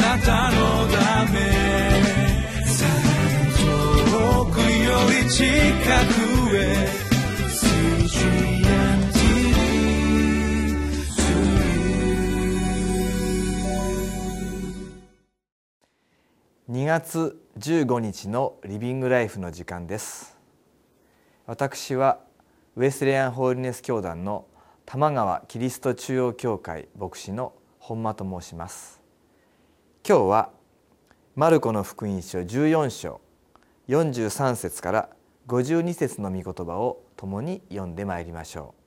なたのため遠くより近くへ 2月15日のリビングライフの時間です。私はウェスレアンホーリネス教団の玉川キリスト中央教会牧師の本間と申します。今日はマルコの福音書14章43節から52節の御言葉を共に読んでまいりましょう。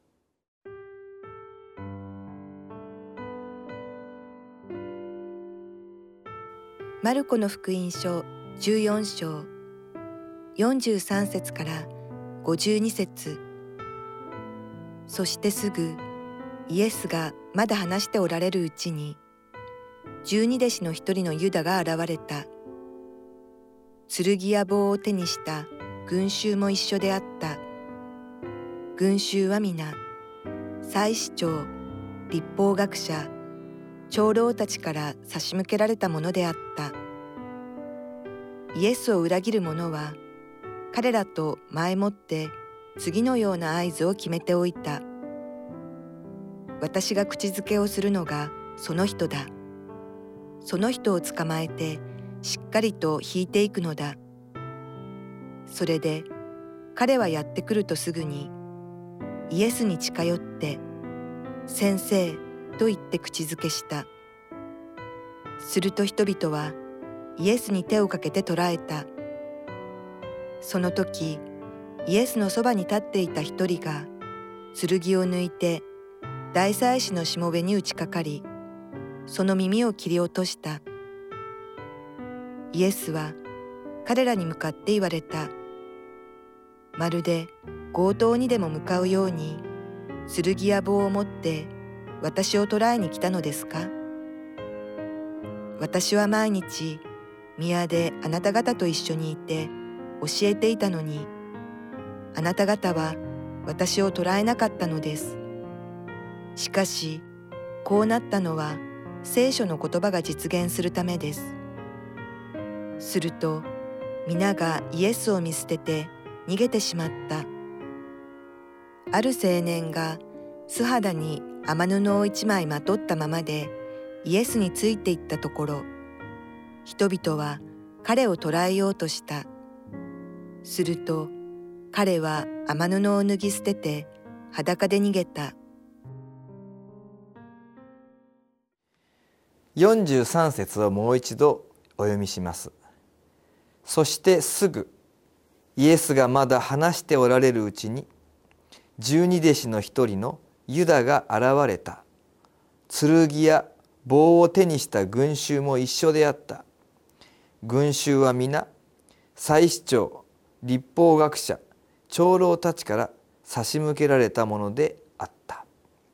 マルコの福音書14章43節から52節。そしてすぐイエスがまだ話しておられるうちに12弟子の一人のユダが現れた。剣や棒を手にした群衆も一緒であった。群衆は皆祭司長、律法学者、長老たちから差し向けられたものであった。イエスを裏切る者は彼らと前もって次のような合図を決めておいた。私が口づけをするのがその人だ。その人を捕まえてしっかりと引いていくのだ。それで彼はやってくるとすぐにイエスに近寄って先生と言って口づけした。すると人々はイエスに手をかけて捕らえた。その時イエスのそばに立っていた一人が剣を抜いて大祭司のしもべに打ちかかり、その耳を切り落とした。イエスは彼らに向かって言われた。まるで強盗にでも向かうように剣や棒を持って私を捕らえに来たのですか？私は毎日宮であなた方と一緒にいて教えていたのに、あなた方は私を捕らえなかったのです。しかしこうなったのは聖書の言葉が実現するためです。すると皆がイエスを見捨てて逃げてしまった。ある青年が素肌に雨布を一枚まとったままでイエスについていったところ、人々は彼を捕らえようとした。すると彼は雨布を脱ぎ捨てて裸で逃げた。 43節をもう一度お読みします。そしてすぐイエスがまだ話しておられるうちに12弟子の一人のユダが現れた。剣や棒を手にした群衆も一緒であった。群衆は皆祭司長、律法学者、長老たちから差し向けられたものであった。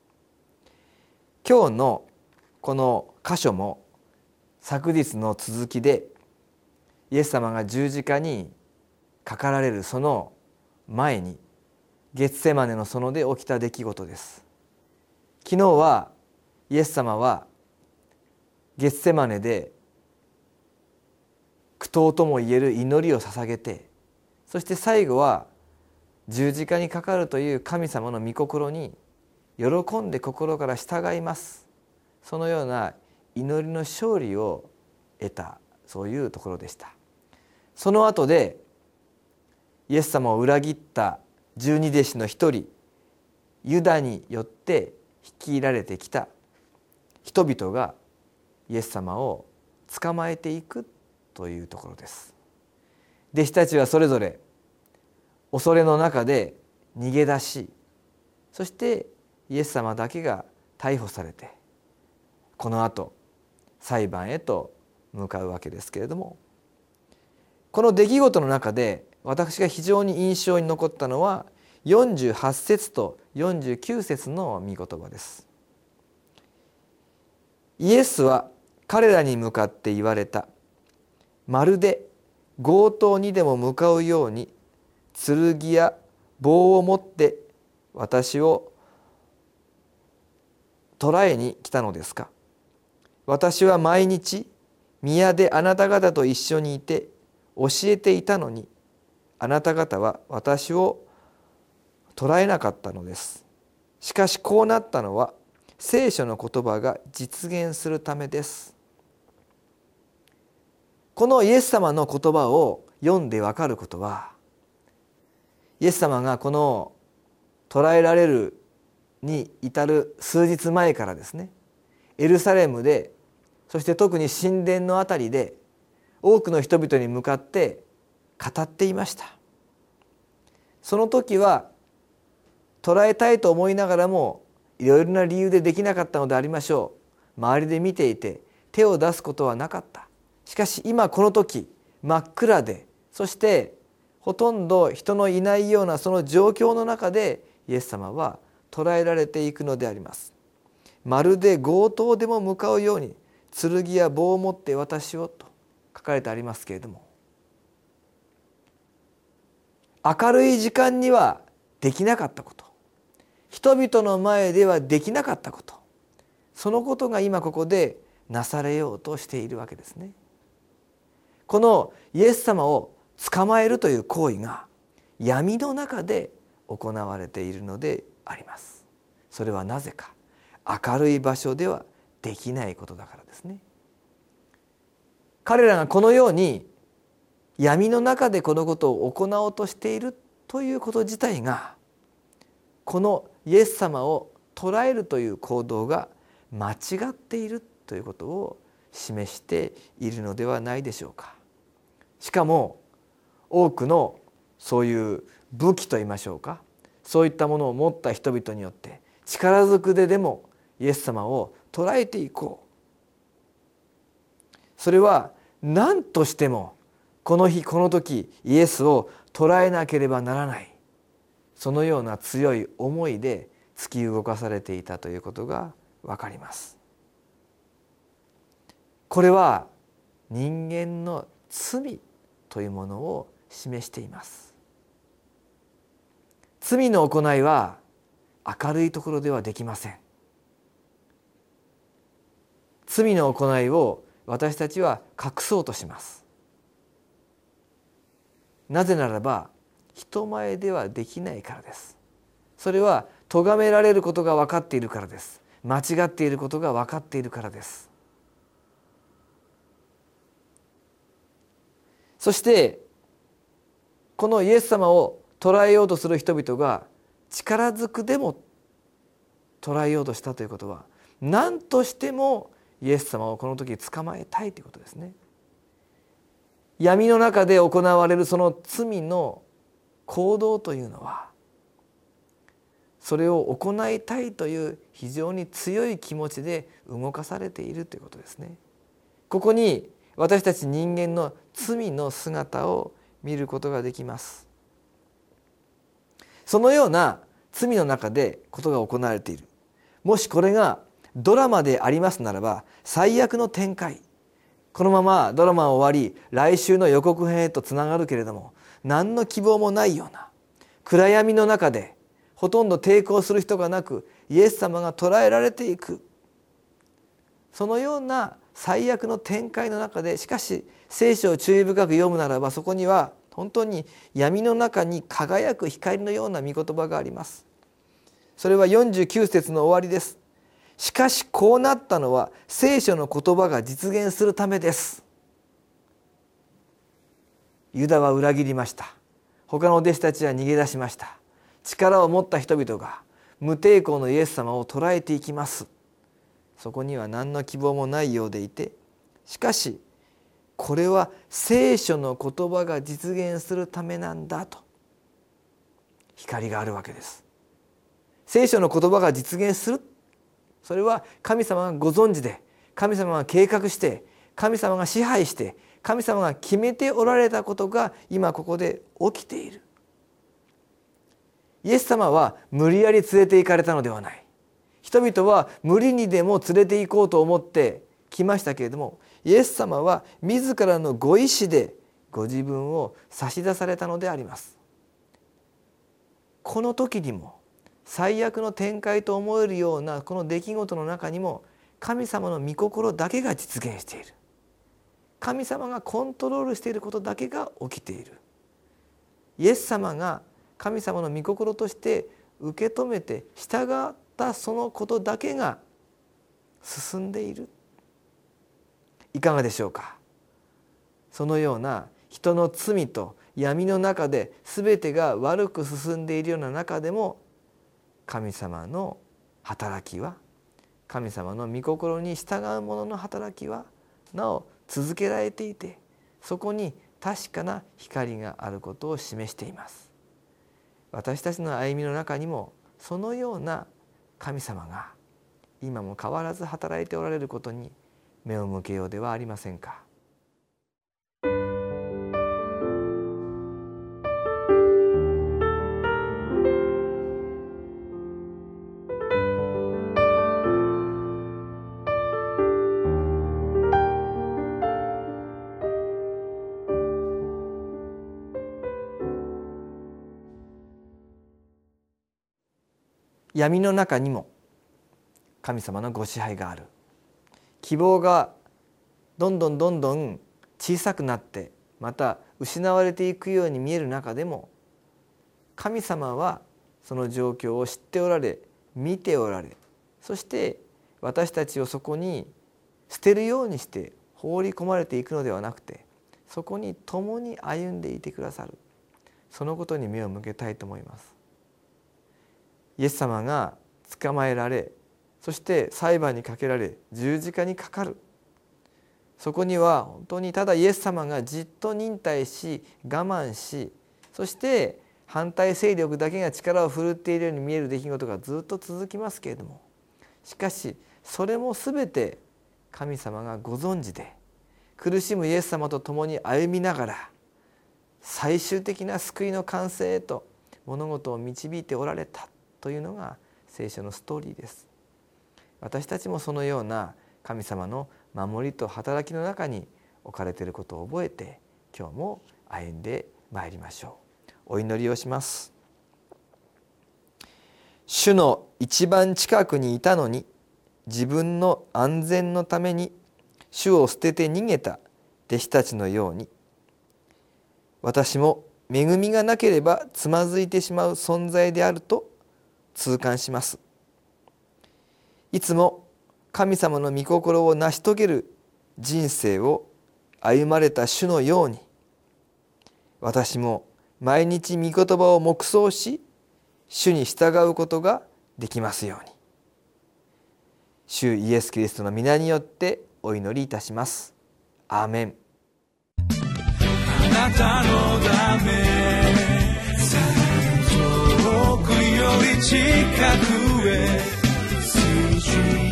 今日のこの箇所も昨日の続きで、イエス様が十字架にかかられるその前にゲッセマネの園で起きた出来事です。昨日はイエス様はゲッセマネで苦闘ともいえる祈りを捧げて、そして最後は十字架にかかるという神様の御心に喜んで心から従います、そのような祈りの勝利を得た、そういうところでした。その後でイエス様を裏切った十二弟子の一人ユダによって率いられてきた人々がイエス様を捕まえていくというところです。弟子たちはそれぞれ恐れの中で逃げ出し、そしてイエス様だけが逮捕されて、この後裁判へと向かうわけですけれども、この出来事の中で私が非常に印象に残ったのは48節と49節の御言葉です。イエスは彼らに向かって言われた。まるで強盗にでも向かうように剣や棒を持って私を捕らえに来たのですか。私は毎日宮であなた方と一緒にいて教えていたのに、あなた方は私を捉えなかったのです。しかしこうなったのは聖書の言葉が実現するためです。このイエス様の言葉を読んでわかることは、イエス様がこの捕らえられるに至る数日前からですね、エルサレムで、そして特に神殿のあたりで多くの人々に向かって語っていました。その時は捕らえたいと思いながらもいろいろな理由でできなかったのでありましょう。周りで見ていて手を出すことはなかった。しかし今この時真っ暗で、そしてほとんど人のいないようなその状況の中でイエス様は捕らえられていくのであります。まるで強盗でも向かうように剣や棒を持って私をと書かれてありますけれども、明るい時間にはできなかったこと、人々の前ではできなかったこと、そのことが今ここでなされようとしているわけですね。このイエス様を捕まえるという行為が闇の中で行われているのであります。それはなぜか、明るい場所ではできないことだからですね。彼らがこのように闇の中でこのことを行おうとしているということ自体が、このイエス様を捕らえるという行動が間違っているということを示しているのではないでしょうか。しかも多くのそういう武器といいましょうか、そういったものを持った人々によって力ずくでもイエス様を捕らえていこう。それは何としてもこの日この時イエスを捕らえなければならない、そのような強い思いで突き動かされていたということがわかります。これは人間の罪というものを示しています。罪の行いは明るいところではできません。罪の行いを私たちは隠そうとします。なぜならば人前ではできないからです。それは咎められることが分かっているからです。間違っていることが分かっているからです。そしてこのイエス様を捕らえようとする人々が力ずくでも捕らえようとしたということは、何としてもイエス様をこの時捕まえたいということですね。闇の中で行われるその罪の行動というのは、それを行いたいという非常に強い気持ちで動かされているということですね。ここに私たち人間の罪の姿を見ることができます。そのような罪の中でことが行われている。もしこれがドラマでありますならば、最悪の展開、このままドラマは終わり来週の予告編へとつながるけれども、何の希望もないような暗闇の中でほとんど抵抗する人がなくイエス様が捕らえられていく、そのような最悪の展開の中で、しかし聖書を注意深く読むならば、そこには本当に闇の中に輝く光のような御言葉があります。それは49節の終わりです。しかしこうなったのは聖書の言葉が実現するためです。ユダは裏切りました。他の弟子たちは逃げ出しました。力を持った人々が無抵抗のイエス様を捕らえていきます。そこには何の希望もないようでいて、しかしこれは聖書の言葉が実現するためなんだと光があるわけです。聖書の言葉が実現する、それは神様がご存知で、神様が計画して、神様が支配して、神様が決めておられたことが今ここで起きている。イエス様は無理やり連れて行かれたのではない。人々は無理にでも連れて行こうと思って来ましたけれども、イエス様は自らのご意志でご自分を差し出されたのであります。この時にも最悪の展開と思えるようなこの出来事の中にも、神様の御心だけが実現している。 神様がコントロールしていることだけが起きている。イエス様が神様の御心として受け止めて従ったそのことだけが進んでいる。いかがでしょうか。そのような人の罪と闇の中で全てが悪く進んでいるような中でも、神様の働きは、神様の御心に従う者の働きはなお続けられていて、そこに確かな光があることを示しています。私たちの歩みの中にもそのような神様が今も変わらず働いておられることに目を向けようではありませんか。闇の中にも神様のご支配がある。希望がどんどん小さくなって、また失われていくように見える中でも、神様はその状況を知っておられ、見ておられ、そして私たちをそこに捨てるようにして放り込まれていくのではなくて、そこに共に歩んでいてくださる。そのことに目を向けたいと思います。イエス様が捕まえられ、そして裁判にかけられ十字架にかかる。そこには本当にただイエス様がじっと忍耐し我慢し、そして反対勢力だけが力を振るっているように見える出来事がずっと続きますけれども、しかしそれもすべて神様がご存知で、苦しむイエス様と共に歩みながら最終的な救いの完成へと物事を導いておられたというのが聖書のストーリーです。私たちもそのような神様の守りと働きの中に置かれていることを覚えて、今日も歩んでまいりましょう。お祈りをします。主の一番近くにいたのに、自分の安全のために主を捨てて逃げた弟子たちのように、私も恵みがなければつまずいてしまう存在であると痛感します。いつも神様の御心を成し遂げる人生を歩まれた主のように、私も毎日御言葉を黙想し、主に従うことができますように。主イエス・キリストの皆によってお祈りいたします。アーメン。 あなたのため遠くより近くへ